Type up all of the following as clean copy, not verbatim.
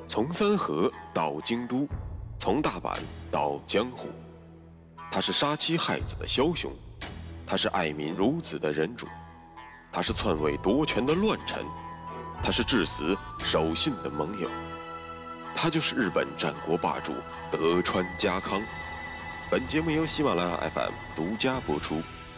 从三河到京都，从大阪到江湖，他是杀妻害子的枭雄，他是爱民如子的仁主，他是篡位夺权的乱臣，他是至死守信的盟友，他就是日本战国霸主德川家康。本节目由喜马拉雅 FM 独家播出。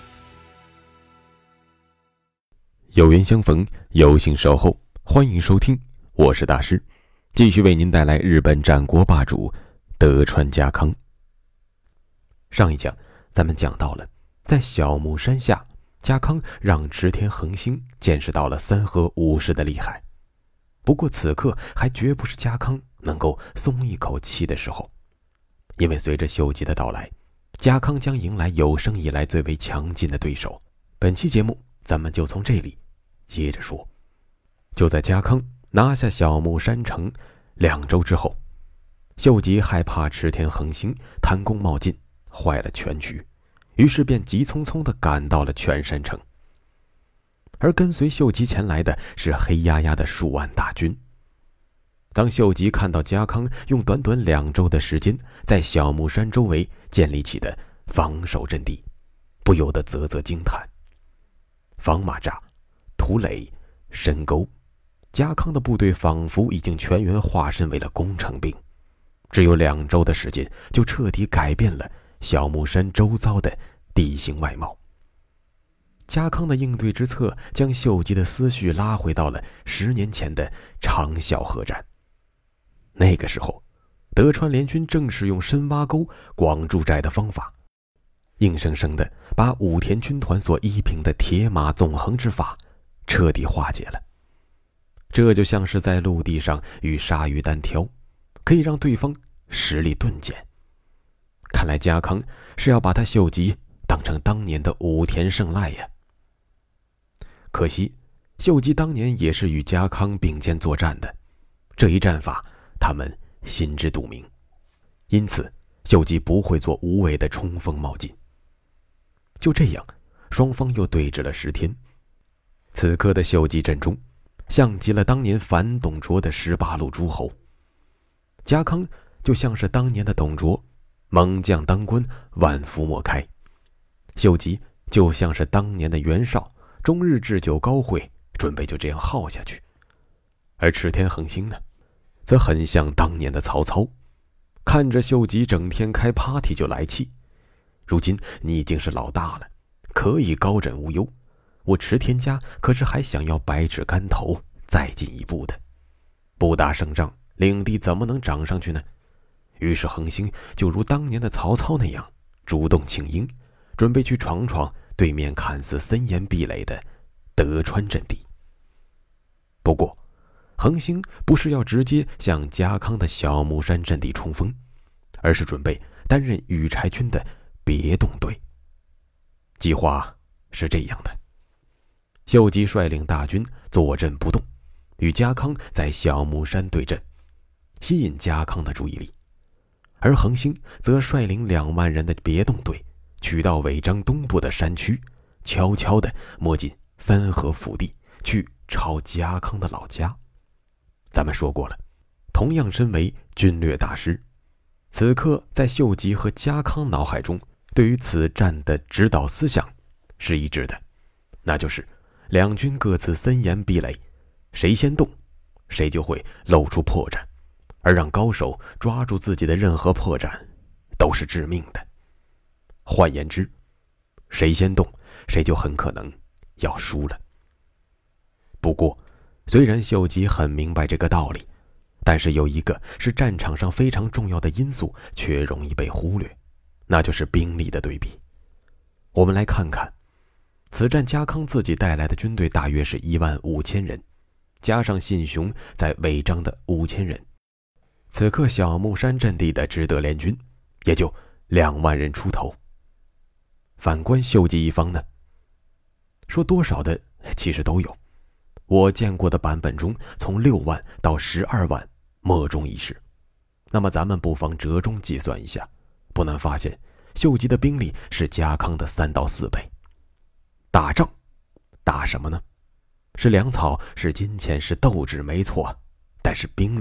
有缘相逢，有幸守候，欢迎收听，我是大师，继续为您带来日本战国霸主德川家康。上一讲咱们讲到了，在小木山下，家康让池田恒星见识到了三河武士的厉害。不过此刻还绝不是家康能够松一口气的时候，因为随着秀吉的到来，家康将迎来有生以来最为强劲的对手。本期节目咱们就从这里接着说。就在家康拿下小木山城2周之后，秀吉害怕池田恒星贪功冒进坏了全局，于是便急匆匆地赶到了犬山城。而跟随秀吉前来的是黑压压的数万大军。当秀吉看到家康用短短2周的时间在小木山周围建立起的防守阵地，不由得啧啧惊叹。防马栅、土垒、深沟，家康的部队仿佛已经全员化身为了工程兵，只有2周的时间就彻底改变了小木山周遭的地形外貌。家康的应对之策将秀吉的思绪拉回到了10年前的长筱河战。那个时候，德川联军正是用深挖沟、广筑寨的方法，硬生生地把武田军团所依凭的铁马纵横之法彻底化解了。这就像是在陆地上与鲨鱼单挑，可以让对方实力顿减。看来家康是要把他秀吉当成当年的武田胜赖呀。可惜秀吉当年也是与家康并肩作战的，这一战法他们心知肚明，因此秀吉不会做无谓的冲锋冒进。就这样，双方又对峙了10天。此刻的秀吉阵中像极了当年反董卓的18路诸侯，家康就像是当年的董卓，猛将当关，万夫莫开。秀吉就像是当年的袁绍，终日置酒高会，准备就这样耗下去。而池田恒星呢，则很像当年的曹操，看着秀吉整天开 party 就来气。如今你已经是老大了，可以高枕无忧，我池田家可是还想要百尺竿头再进一步的，不打胜仗，领地怎么能涨上去呢？于是恒星就如当年的曹操那样，主动请缨，准备去闯闯对面看似森严壁垒的德川阵地。不过恒星不是要直接向家康的小木山阵地冲锋，而是准备担任羽柴军的别动队。计划是这样的：秀吉率领大军坐镇不动，与家康在小木山对阵，吸引家康的注意力；而恒星则率领2万人的别动队，取到尾张东部的山区，悄悄地摸进三河腹地，去抄家康的老家。咱们说过了，同样身为军略大师，此刻在秀吉和家康脑海中，对于此战的指导思想是一致的，那就是两军各自森严壁垒，谁先动，谁就会露出破绽，而让高手抓住自己的任何破绽都是致命的。换言之，谁先动，谁就很可能要输了。不过虽然秀吉很明白这个道理，但是有一个是战场上非常重要的因素却容易被忽略，那就是兵力的对比。我们来看看，此战家康自己带来的军队大约是15000人，加上信雄在尾张的5000人，此刻小木山阵地的直德联军也就2万人出头。反观秀吉一方呢，说多少的其实都有，我见过的版本中从6万到12万莫衷一是。那么咱们不妨折中计算一下，不难发现秀吉的兵力是家康的3到4倍。打仗打什么呢？是粮草，是金钱，是斗志，没错，但是兵力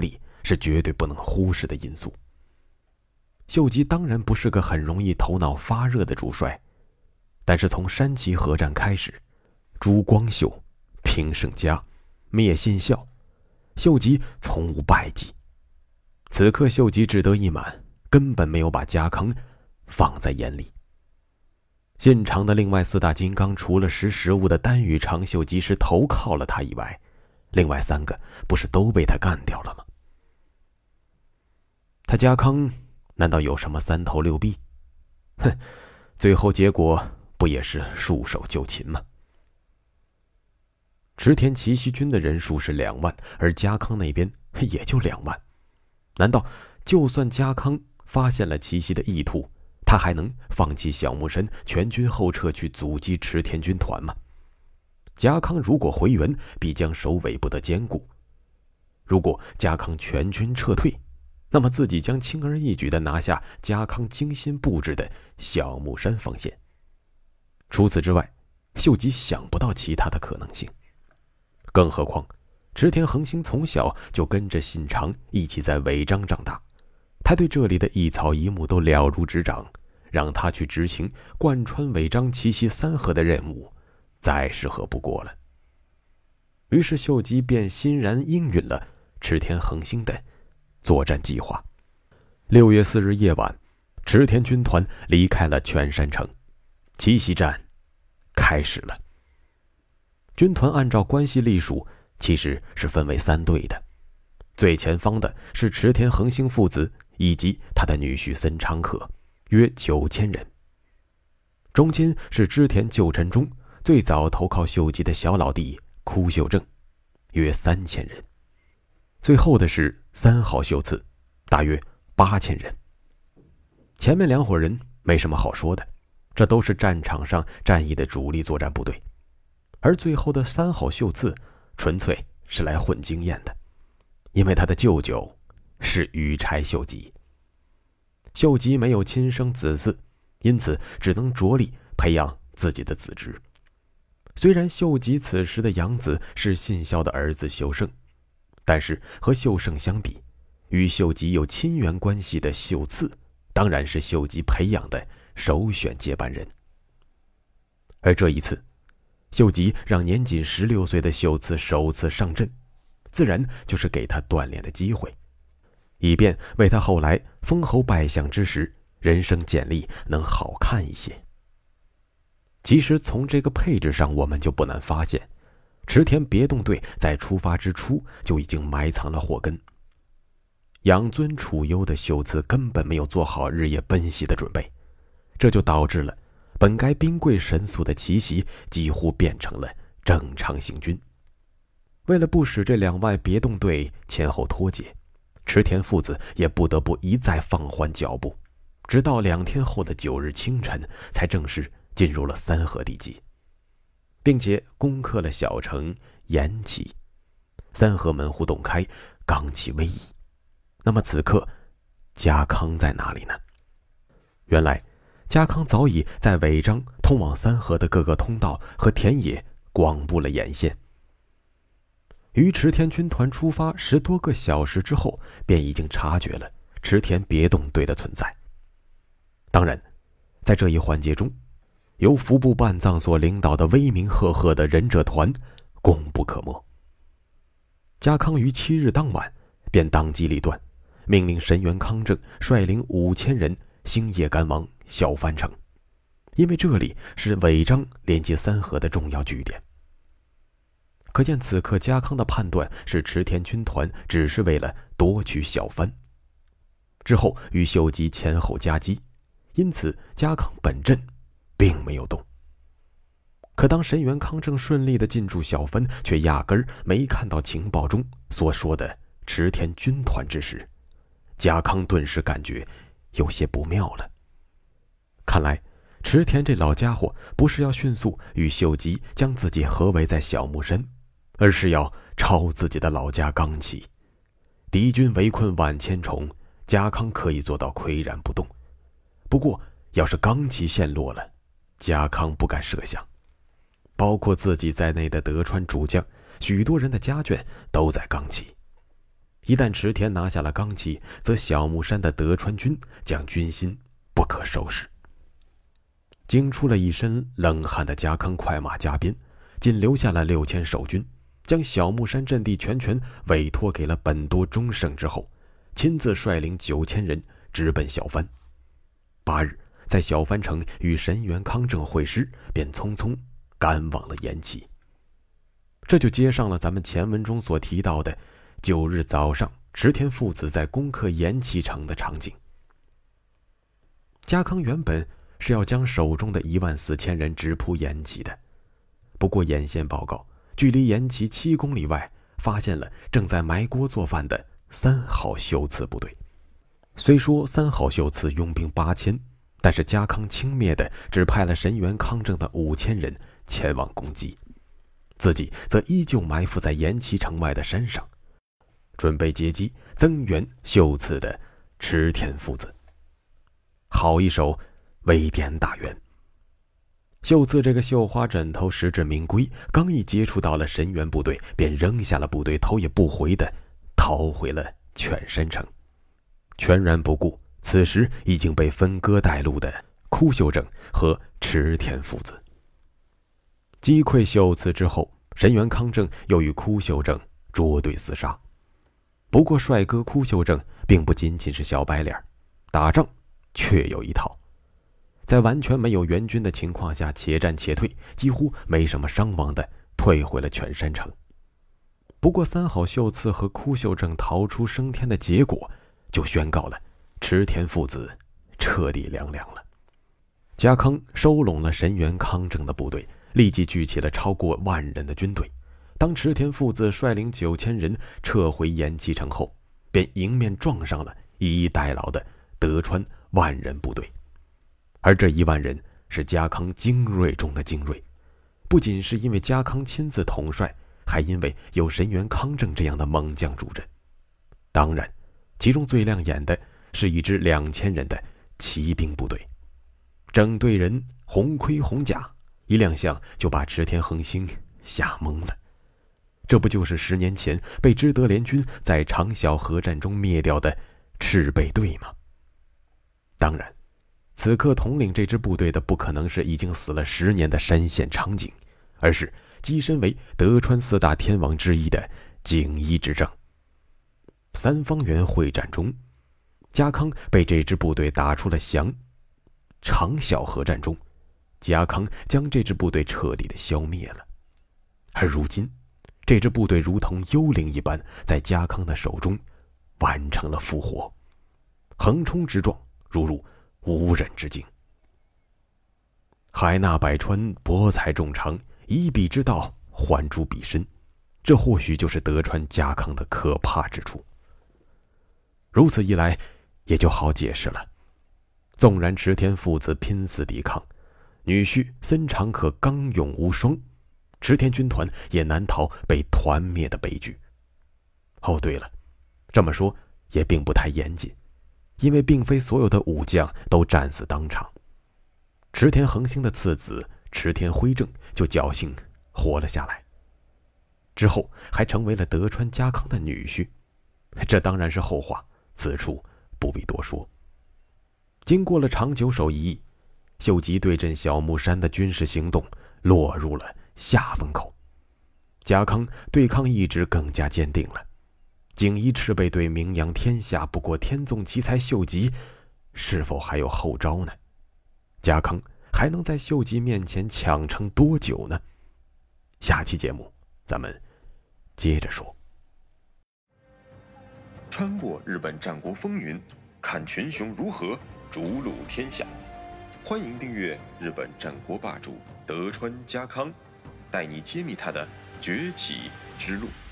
是绝对不能忽视的因素。秀吉当然不是个很容易头脑发热的主帅，但是从山崎合战开始，朱光秀、平胜家、灭信孝，秀吉从无败绩。此刻秀吉志得意满，根本没有把家康放在眼里。现场的另外4大金刚，除了识时务的丹羽长秀吉是投靠了他以外，另外3个不是都被他干掉了吗？他家康难道有什么3头6臂？哼，最后结果不也是束手就擒吗？池田奇袭军的人数是2万，而家康那边也就2万。难道就算家康发现了奇袭的意图，他还能放弃小木山，全军后撤去阻击池田军团吗？家康如果回援，必将首尾不得兼顾。如果家康全军撤退，那么自己将轻而易举地拿下家康精心布置的小木山防线。除此之外，秀吉想不到其他的可能性。更何况池田恒星从小就跟着信长一起在尾张长大，他对这里的一草一木都了如指掌，让他去执行贯穿尾张奇袭3河的任务，再适合不过了。于是秀吉便欣然应允了池田恒星的作战计划。6月4日夜晚，池田军团离开了全山城，奇袭战开始了。军团按照关系隶属，其实是分为3队的。最前方的是池田恒星父子以及他的女婿森昌克，约9000人。中间是织田旧臣中最早投靠秀吉的小老弟枯秀正，约3000人。最后的是3号秀次，大约8000人。前面2伙人没什么好说的，这都是战场上战役的主力作战部队。而最后的3号秀次纯粹是来混经验的，因为他的舅舅是羽柴秀吉。秀吉没有亲生子嗣，因此只能着力培养自己的子侄。虽然秀吉此时的养子是信孝的儿子秀胜，但是和秀胜相比，与秀吉有亲缘关系的秀次当然是秀吉培养的首选接班人。而这一次，秀吉让年仅16岁的秀次首次上阵，自然就是给他锻炼的机会，以便为他后来封侯拜相之时人生简历能好看一些。其实从这个配置上，我们就不难发现，池田别动队在出发之初就已经埋藏了祸根。养尊处优的秀次根本没有做好日夜奔袭的准备，这就导致了本该兵贵神速的奇袭几乎变成了正常行军。为了不使这2万别动队前后脱节，池田父子也不得不一再放缓脚步，直到2天后的9日清晨才正式进入了3河地基，并且攻克了小城岩崎。3河门户洞开，罡气威仪。那么此刻家康在哪里呢？原来家康早已在尾张通往3河的各个通道和田野广布了眼线。于池田军团出发10多个小时之后，便已经察觉了池田别动队的存在。当然，在这一环节中，由服部半藏所领导的威名赫赫的忍者团功不可没。家康于7日当晚便当机立断，命令神原康正率领5000人星夜赶往小藩城，因为这里是尾张连接3河的重要据点。可见此刻家康的判断是池田军团只是为了夺取小藩，之后与秀吉前后夹击，因此家康本阵并没有动。可当神原康正顺利地进驻小藩，却压根儿没看到情报中所说的池田军团之时，家康顿时感觉有些不妙了。看来池田这老家伙不是要迅速与秀吉将自己合围在小木山，而是要抄自己的老家罡崎。敌军围困万千重，家康可以做到岿然不动。不过要是罡崎陷落了，家康不敢设想。包括自己在内的德川主将，许多人的家眷都在罡崎。 一旦池田拿下了冈崎，则小木山的德川军将军心不可收拾。惊出了一身冷汗的家康快马加鞭，仅留下了6000守军，将小木山阵地全权委托给了本多忠胜之后，亲自率领9000人直奔小藩。8日，在小藩城与神原康正会师，便匆匆赶往了延崎。这就接上了咱们前文中所提到的9日早上池田父子在攻克延崎城的场景。家康原本是要将手中的14000人直扑延崎的，不过眼线报告，距离延崎7公里外发现了正在埋锅做饭的3号秀次部队。虽说3号秀次拥兵8000，但是家康轻蔑的只派了神原康正的5000人前往攻击，自己则依旧埋伏在延崎城外的山上，准备接击增援秀次的池田父子。好一手围点大圆。秀次这个绣花枕头实至名归，刚一接触到了神原部队，便扔下了部队，头也不回的逃回了犬山城，全然不顾此时已经被分割带路的枯秀正和池田父子。击溃秀次之后，神原康正又与枯秀正捉对厮杀。不过帅哥枯秀正并不仅仅是小白脸，打仗确有一套。在完全没有援军的情况下，且战且退，几乎没什么伤亡的退回了犬山城。不过3号秀次和枯秀正逃出升天的结果，就宣告了池田父子彻底凉凉了。家康收拢了神原康正的部队，立即聚起了超过10000人的军队。当池田父子率领9000人撤回延崎城后，便迎面撞上了以逸待劳的德川10000人部队。而这10000人是家康精锐中的精锐，不仅是因为家康亲自统帅，还因为有神原康正这样的猛将助阵。当然，其中最亮眼的是一支2000人的骑兵部队，整队人红盔红甲，一亮相就把池田恒星吓懵了。这不就是10年前被知德联军在长筱河战中灭掉的赤备队吗？当然，此刻统领这支部队的不可能是已经死了10年的山县长景，而是跻身为德川4大天王之一的景一之正。三方原会战中，家康被这支部队打出了降。长筱河战中，家康将这支部队彻底的消灭了。而如今，这支部队如同幽灵一般，在家康的手中完成了复活，横冲直撞，如入无人之境。海纳百川，博采众长，以彼之道还诸彼身，这或许就是德川家康的可怕之处。如此一来，也就好解释了，纵然池田父子拼死抵抗，女婿森长可刚勇无双，池田军团也难逃被团灭的悲剧。哦，对了，这么说也并不太严谨，因为并非所有的武将都战死当场。池田恒星的次子池田辉正就侥幸活了下来，之后还成为了德川家康的女婿，这当然是后话，此处不必多说。经过了长久手一役，秀吉对阵小木山的军事行动落入了下风口，家康对抗意志更加坚定了。景一赤备队名扬天下，不过天纵奇才秀吉是否还有后招呢？家康还能在秀吉面前强撑多久呢？下期节目咱们接着说。 穿过日本战国风云，看群雄如何逐鹿天下。欢迎订阅日本战国霸主德川家康，带你揭秘他的崛起之路。